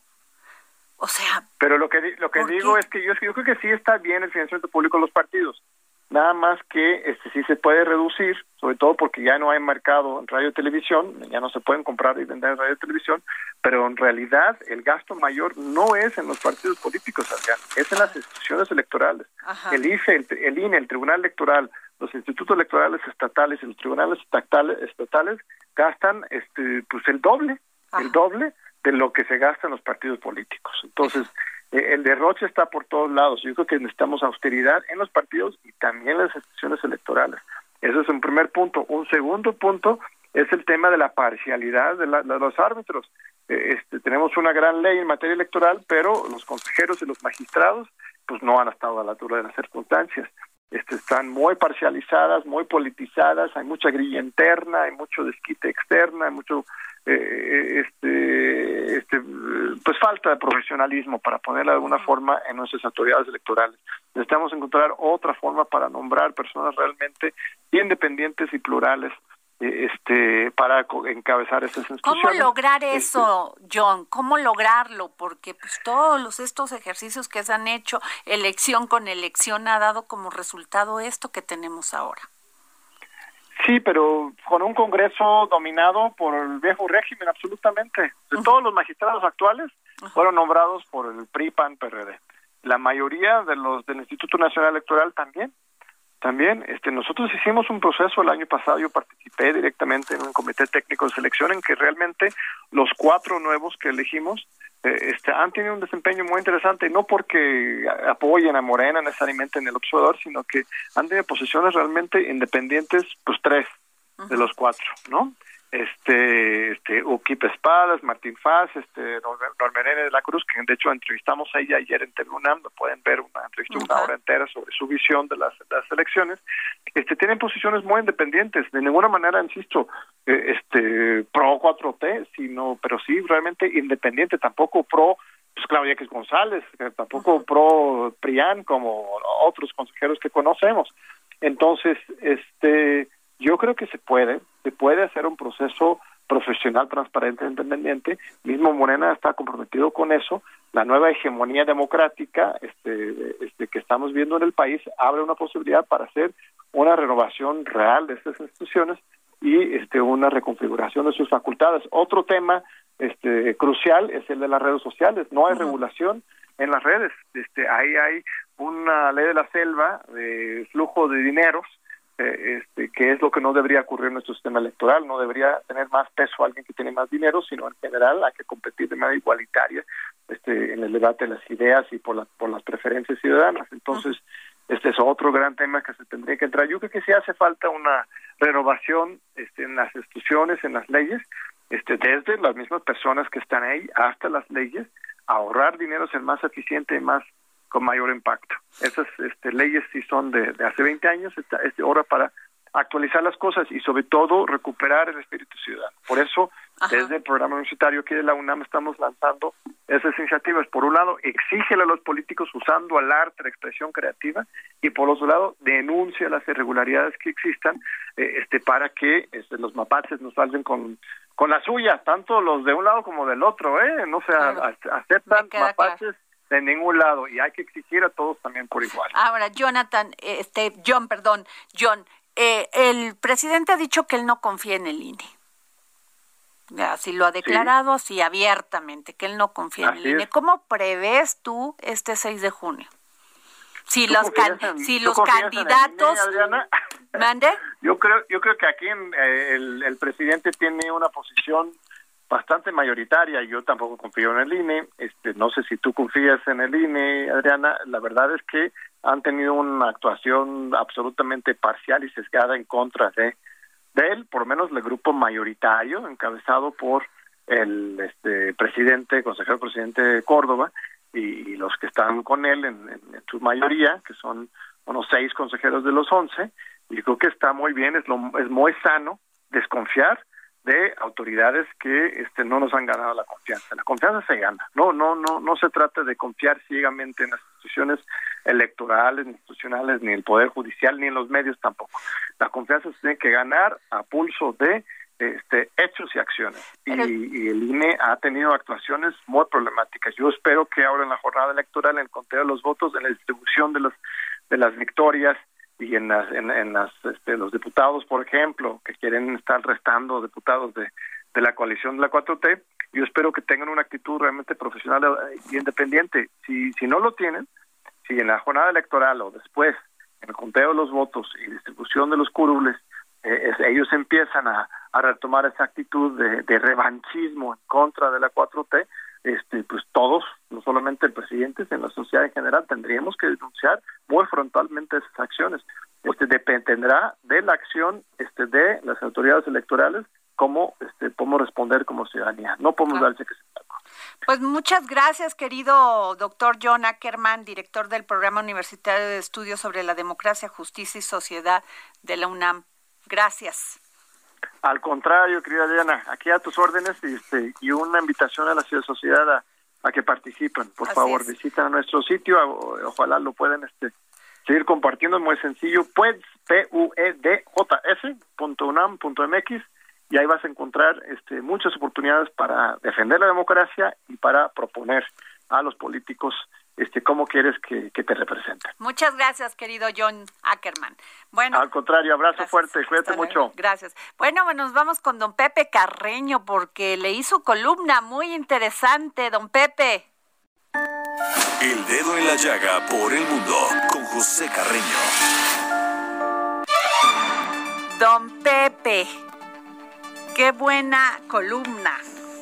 O sea, pero lo que lo que digo qué? es que yo, yo creo que sí está bien el financiamiento público de los partidos. Nada más que este sí se puede reducir, sobre todo porque ya no hay mercado en radio y televisión, ya no se pueden comprar y vender en radio y televisión, pero en realidad el gasto mayor no es en los partidos políticos, Adrián, es en las instituciones electorales. Ajá. El I F E, el, el I N E, el Tribunal Electoral, los institutos electorales estatales y los tribunales estatales, estatales gastan este pues el doble, Ajá. el doble de lo que se gasta en los partidos políticos. Entonces, eh, el derroche está por todos lados. Yo creo que necesitamos austeridad en los partidos y también en las instituciones electorales. Ese es un primer punto. Un segundo punto es el tema de la parcialidad de, la, de los árbitros. Eh, este, tenemos una gran ley en materia electoral, pero los consejeros y los magistrados pues no han estado a la altura de las circunstancias. Este, están muy parcializadas, muy politizadas, hay mucha grilla interna, hay mucho desquite externa, hay mucho eh, este, este, pues falta de profesionalismo, para ponerla de alguna forma, en nuestras autoridades electorales. Necesitamos encontrar otra forma para nombrar personas realmente independientes y plurales este para encabezar estas instituciones. ¿Cómo lograr eso, este, John? ¿Cómo lograrlo? Porque pues todos los, estos ejercicios que se han hecho, elección con elección, ha dado como resultado esto que tenemos ahora. Sí, pero con un Congreso dominado por el viejo régimen, absolutamente. Uh-huh. Todos los magistrados actuales uh-huh. fueron nombrados por el P R I, P A N, P R D. La mayoría de los del Instituto Nacional Electoral también. También, este, nosotros hicimos un proceso el año pasado, yo participé directamente en un comité técnico de selección en que realmente los cuatro nuevos que elegimos eh, este, han tenido un desempeño muy interesante, no porque apoyen a Morena necesariamente en el observador, sino que han tenido posiciones realmente independientes, pues tres uh-huh. de los cuatro, ¿no? este, este, Uquipe Espadas, Martín Faz, este, Normerene de la Cruz, que de hecho entrevistamos a ella ayer en T V UNAM, pueden ver una entrevista de una hora entera sobre su visión de las, de las elecciones. Este, tienen posiciones muy independientes, de ninguna manera, insisto, eh, este, pro cuatro T, sino, pero sí realmente independiente, tampoco pro pues Claudia X González, eh, tampoco uh-huh. pro PRIAN como otros consejeros que conocemos. Entonces, este, yo creo que se puede, se puede hacer un proceso profesional, transparente, independiente. Mismo Morena está comprometido con eso. La nueva hegemonía democrática este, este, que estamos viendo en el país abre una posibilidad para hacer una renovación real de estas instituciones y este, una reconfiguración de sus facultades. Otro tema este, crucial es el de las redes sociales. No hay uh-huh. regulación en las redes. Este, ahí hay una ley de la selva de flujo de dineros, eh, este, que es lo que no debería ocurrir en nuestro sistema electoral. No debería tener más peso alguien que tiene más dinero, sino en general hay que competir de manera igualitaria este, en el debate de las ideas y por, la, por las preferencias ciudadanas. Entonces, uh-huh. este es otro gran tema que se tendría que entrar. Yo creo que sí hace falta una renovación este, en las instituciones, en las leyes, este, desde las mismas personas que están ahí hasta las leyes, ahorrar dinero, ser más eficiente y más con mayor impacto. Esas este, leyes sí son de, de hace veinte años, esta, es hora para actualizar las cosas y sobre todo recuperar el espíritu ciudadano. Por eso, Ajá. desde el programa universitario aquí de la UNAM estamos lanzando esas iniciativas. Por un lado, exígele a los políticos usando al arte, la expresión creativa, y por otro lado, denuncia las irregularidades que existan eh, este, para que este, los mapaches nos salven con con la suya, tanto los de un lado como del otro, ¿eh? No se claro. aceptan mapaches claro. de ningún lado y hay que exigir a todos también por igual. Ahora, Jonathan, este, John, perdón, John, eh, el presidente ha dicho que él no confía en el I N E. Así lo ha declarado, sí. así abiertamente, que él no confía así en el I N E. Es. ¿Cómo prevés tú este seis de junio? Si los can, en, si los candidatos I N E, Adriana? ¿Mande? Yo creo, yo creo que aquí eh, el, el presidente tiene una posición bastante mayoritaria. Yo tampoco confío en el I N E. Este, no sé si tú confías en el I N E, Adriana. La verdad es que han tenido una actuación absolutamente parcial y sesgada en contra de, de él, por lo menos el grupo mayoritario, encabezado por el este, presidente, consejero presidente de Córdoba, y, y los que están con él en, en, en su mayoría, que son unos seis consejeros de los once. Y creo que está muy bien, es, lo, es muy sano desconfiar de autoridades que este, no nos han ganado la confianza. La confianza se gana. No, no, no, no se trata de confiar ciegamente en las instituciones electorales, institucionales, ni en el Poder Judicial, ni en los medios tampoco. La confianza se tiene que ganar a pulso de este, hechos y acciones. Pero... Y, y el I N E ha tenido actuaciones muy problemáticas. Yo espero que ahora en la jornada electoral, en el conteo de los votos, en la distribución de los de las victorias, y en las en, en las este, los diputados, por ejemplo, que quieren estar restando diputados de, de la coalición de la cuatro T, yo espero que tengan una actitud realmente profesional y independiente. Si si no lo tienen, si en la jornada electoral o después, en el conteo de los votos y distribución de los curules, eh, es, ellos empiezan a, a retomar esa actitud de, de revanchismo en contra de la cuatro T, este pues todos, no solamente el presidente, sino la sociedad en general, tendríamos que denunciar muy frontalmente esas acciones. Este dependerá de la acción este de las autoridades electorales, cómo este podemos responder como ciudadanía. No podemos claro. dar cheques en blanco. Pues muchas gracias, querido doctor John Ackerman, director del Programa Universitario de Estudios sobre la Democracia, Justicia y Sociedad de la UNAM. Gracias. Al contrario, querida Diana, aquí a tus órdenes y, este, y una invitación a la sociedad a, a que participen. Por Así favor, es. visiten a nuestro sitio, o, ojalá lo puedan este, seguir compartiendo, es muy sencillo, pues, P U E D J S punto unam punto M X, y ahí vas a encontrar este, muchas oportunidades para defender la democracia y para proponer a los políticos este cómo quieres que, que te representen. Muchas gracias, querido John Ackerman. Bueno, al contrario, abrazo gracias. fuerte, cuídate mucho. Gracias. Bueno, bueno, nos vamos con don Pepe Carreño porque leí su columna muy interesante, don Pepe. El dedo en la llaga por el mundo con José Carreño. Don Pepe, qué buena columna.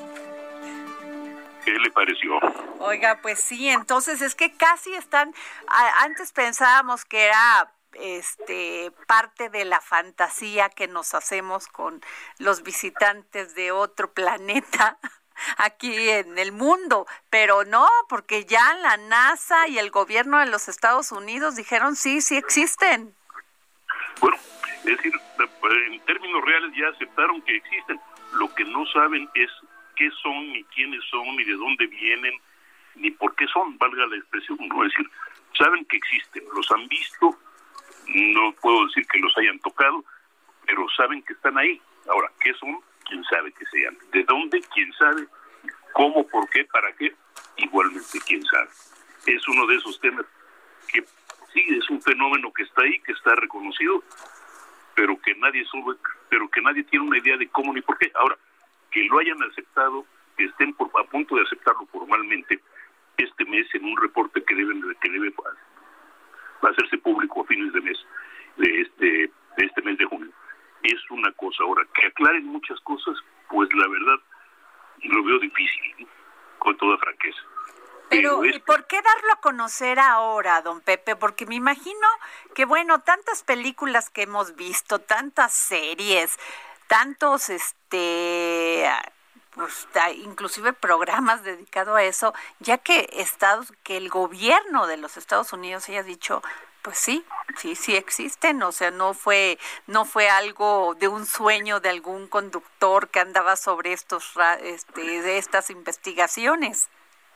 ¿Qué le pareció? Oiga, pues sí, entonces es que casi están, a, antes pensábamos que era este parte de la fantasía que nos hacemos con los visitantes de otro planeta aquí en el mundo, pero no, porque ya la NASA y el gobierno de los Estados Unidos dijeron sí, sí existen. Bueno, es decir, en términos reales ya aceptaron que existen. Lo que no saben es qué son, ni quiénes son, ni de dónde vienen, ni por qué son, valga la expresión. No, es decir, saben que existen, los han visto, no puedo decir que los hayan tocado, pero saben que están ahí. Ahora, ¿qué son? Quién sabe que sean. ¿De dónde? Quién sabe. ¿Cómo? ¿Por qué? ¿Para qué? Igualmente, quién sabe. Es uno de esos temas que sí, es un fenómeno que está ahí, que está reconocido, pero que nadie sube, pero que nadie tiene una idea de cómo ni por qué. Ahora, que lo hayan aceptado, que estén por, a punto de aceptarlo formalmente este mes en un reporte que deben que debe va a hacerse público a fines de mes de este de este mes de junio. Es una cosa. Ahora, que aclaren muchas cosas, pues la verdad lo veo difícil, ¿no? Con toda franqueza. Pero, ¿y por qué darlo a conocer ahora, don Pepe? Porque me imagino que, bueno, tantas películas que hemos visto, tantas series, tantos, este, pues, inclusive programas dedicados a eso, ya que Estados, que el gobierno de los Estados Unidos haya dicho, pues sí, sí, sí existen, o sea, no fue, no fue algo de un sueño de algún conductor que andaba sobre estos, este, de estas investigaciones.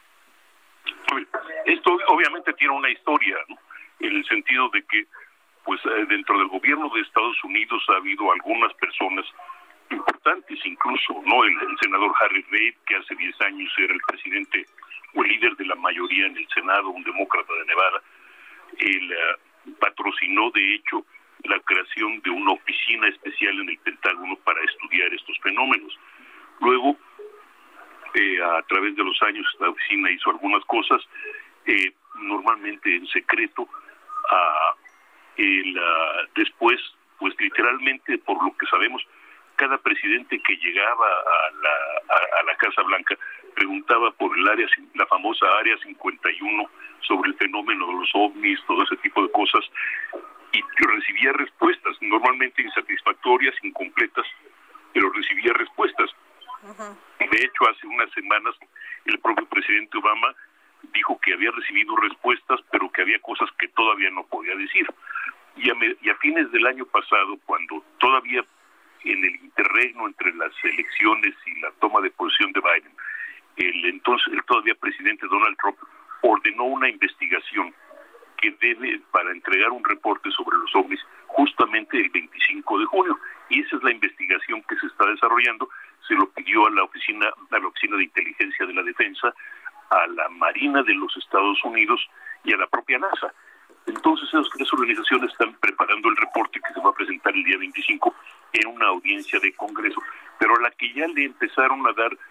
Esto obviamente tiene una historia, ¿no? En el sentido de que, pues, dentro del gobierno de Estados Unidos ha habido algunas personas importantes, incluso, ¿no? El, el senador Harry Reid, que hace diez años era el presidente o el líder de la mayoría en el Senado, un demócrata de Nevada. Él uh, patrocinó, de hecho, la creación de una oficina especial en el Pentágono para estudiar estos fenómenos. Luego, eh, a través de los años, esta oficina hizo algunas cosas, eh, normalmente en secreto. Uh, el, uh, después, pues literalmente, por lo que sabemos, cada presidente que llegaba a la, a, a la Casa Blanca preguntaba por el área, la famosa Área cincuenta y uno, sobre el fenómeno de los ovnis, todo ese tipo de cosas, y recibía respuestas, normalmente insatisfactorias, incompletas, pero recibía respuestas. Uh-huh. De hecho, hace unas semanas, el propio presidente Obama dijo que había recibido respuestas, pero que había cosas que todavía no podía decir. Y a, me, y a fines del año pasado, cuando todavía en el interregno entre las elecciones y la toma de posición de Biden, el entonces el todavía presidente Donald Trump ordenó una investigación que debe para entregar un reporte sobre los ovnis justamente el veinticinco de junio, y esa es la investigación que se está desarrollando. Se lo pidió a la oficina a la oficina de inteligencia de la defensa, a la Marina de los Estados Unidos y a la propia NASA. Entonces esas tres organizaciones están preparando el reporte que se va a presentar el día veinticinco en una audiencia de Congreso, pero a la que ya le empezaron a dar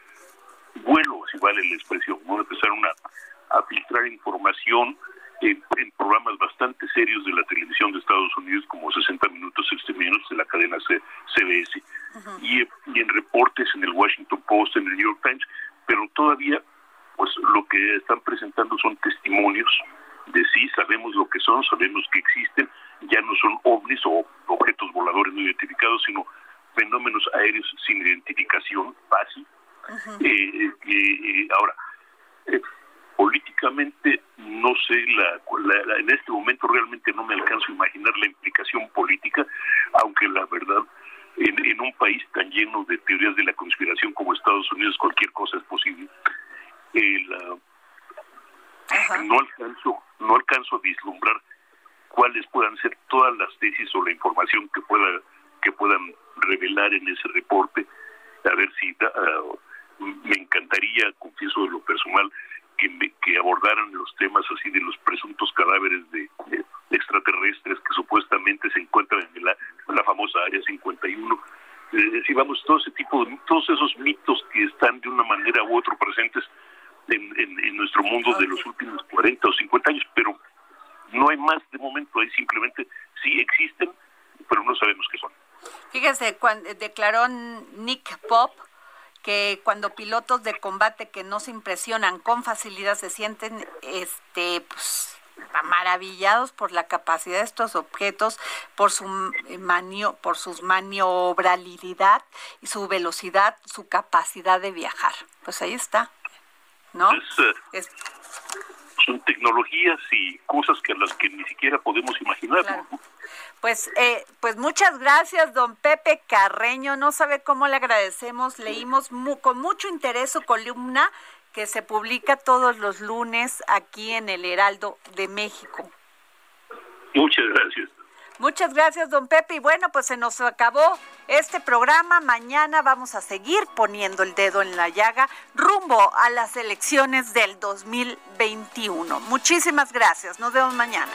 vuelo, si vale la expresión, ¿no? Empezaron a, a filtrar información en, en programas bastante serios de la televisión de Estados Unidos, como sesenta minutos, sesenta minutos de la cadena C B S, uh-huh. y, y en reportes en el Washington Post, en el New York Times, pero todavía pues lo que están presentando son testimonios de sí, sabemos lo que son, sabemos que existen, ya no son ovnis o objetos voladores no identificados, sino fenómenos aéreos sin identificación fácil. Uh-huh. eh, eh, ahora, eh, políticamente no sé, la, la, la, en este momento realmente no me alcanzo a imaginar la implicación política, aunque la verdad, en, en un país tan lleno de teorías de la conspiración como Estados Unidos, cualquier cosa es posible. El, uh, uh-huh. no alcanzo no alcanzo a vislumbrar cuáles puedan ser todas las tesis o la información que pueda que puedan revelar en ese reporte. A ver si uh, me encantaría, confieso de lo personal, que, me, que abordaran los temas así de los presuntos cadáveres de, de, de extraterrestres que supuestamente se encuentran en la, en la famosa Área cincuenta y uno. Es decir, vamos, todo ese tipo de, todos esos mitos que están de una manera u otra presentes En, en, en nuestro mundo okay. de los últimos cuarenta o cincuenta años, pero no hay más de momento, hay simplemente sí existen, pero no sabemos qué son. Fíjese, cuando declaró Nick Pope que cuando pilotos de combate que no se impresionan con facilidad se sienten este pues maravillados por la capacidad de estos objetos, por su manio, por sus maniobrabilidad y su velocidad, su capacidad de viajar. Pues ahí está, ¿no? Es, uh, es... Son tecnologías y cosas que a las que ni siquiera podemos imaginar. Claro. Pues, eh, pues muchas gracias, don Pepe Carreño. No sabe cómo le agradecemos. Leímos mu- con mucho interés su columna que se publica todos los lunes aquí en el Heraldo de México. Muchas gracias. Muchas gracias, don Pepe. Y bueno, pues se nos acabó este programa. Mañana vamos a seguir poniendo el dedo en la llaga rumbo a las elecciones del dos mil veintiuno. Muchísimas gracias. Nos vemos mañana.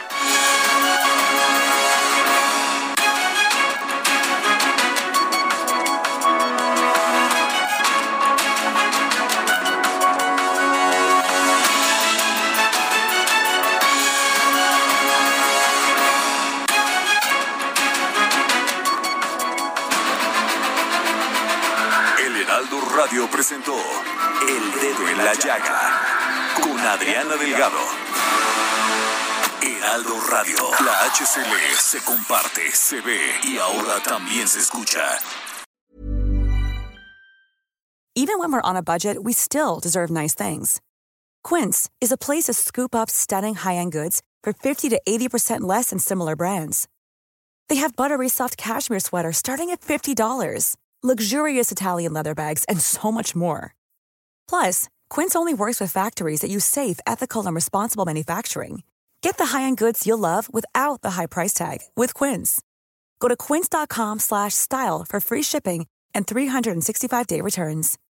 Radio presentó El Dedo en la Llaga con Adriana Delgado. Heraldo Radio, la H C L se comparte, se ve y ahora también se escucha. Even when we're on a budget, we still deserve nice things. Quince is a place to scoop up stunning high-end goods for fifty to eighty percent less than similar brands. They have buttery soft cashmere sweaters starting at fifty dollars. Luxurious Italian leather bags, and so much more. Plus, Quince only works with factories that use safe, ethical, and responsible manufacturing. Get the high-end goods you'll love without the high price tag with Quince. Go to quince dot com slash style for free shipping and three sixty-five day returns.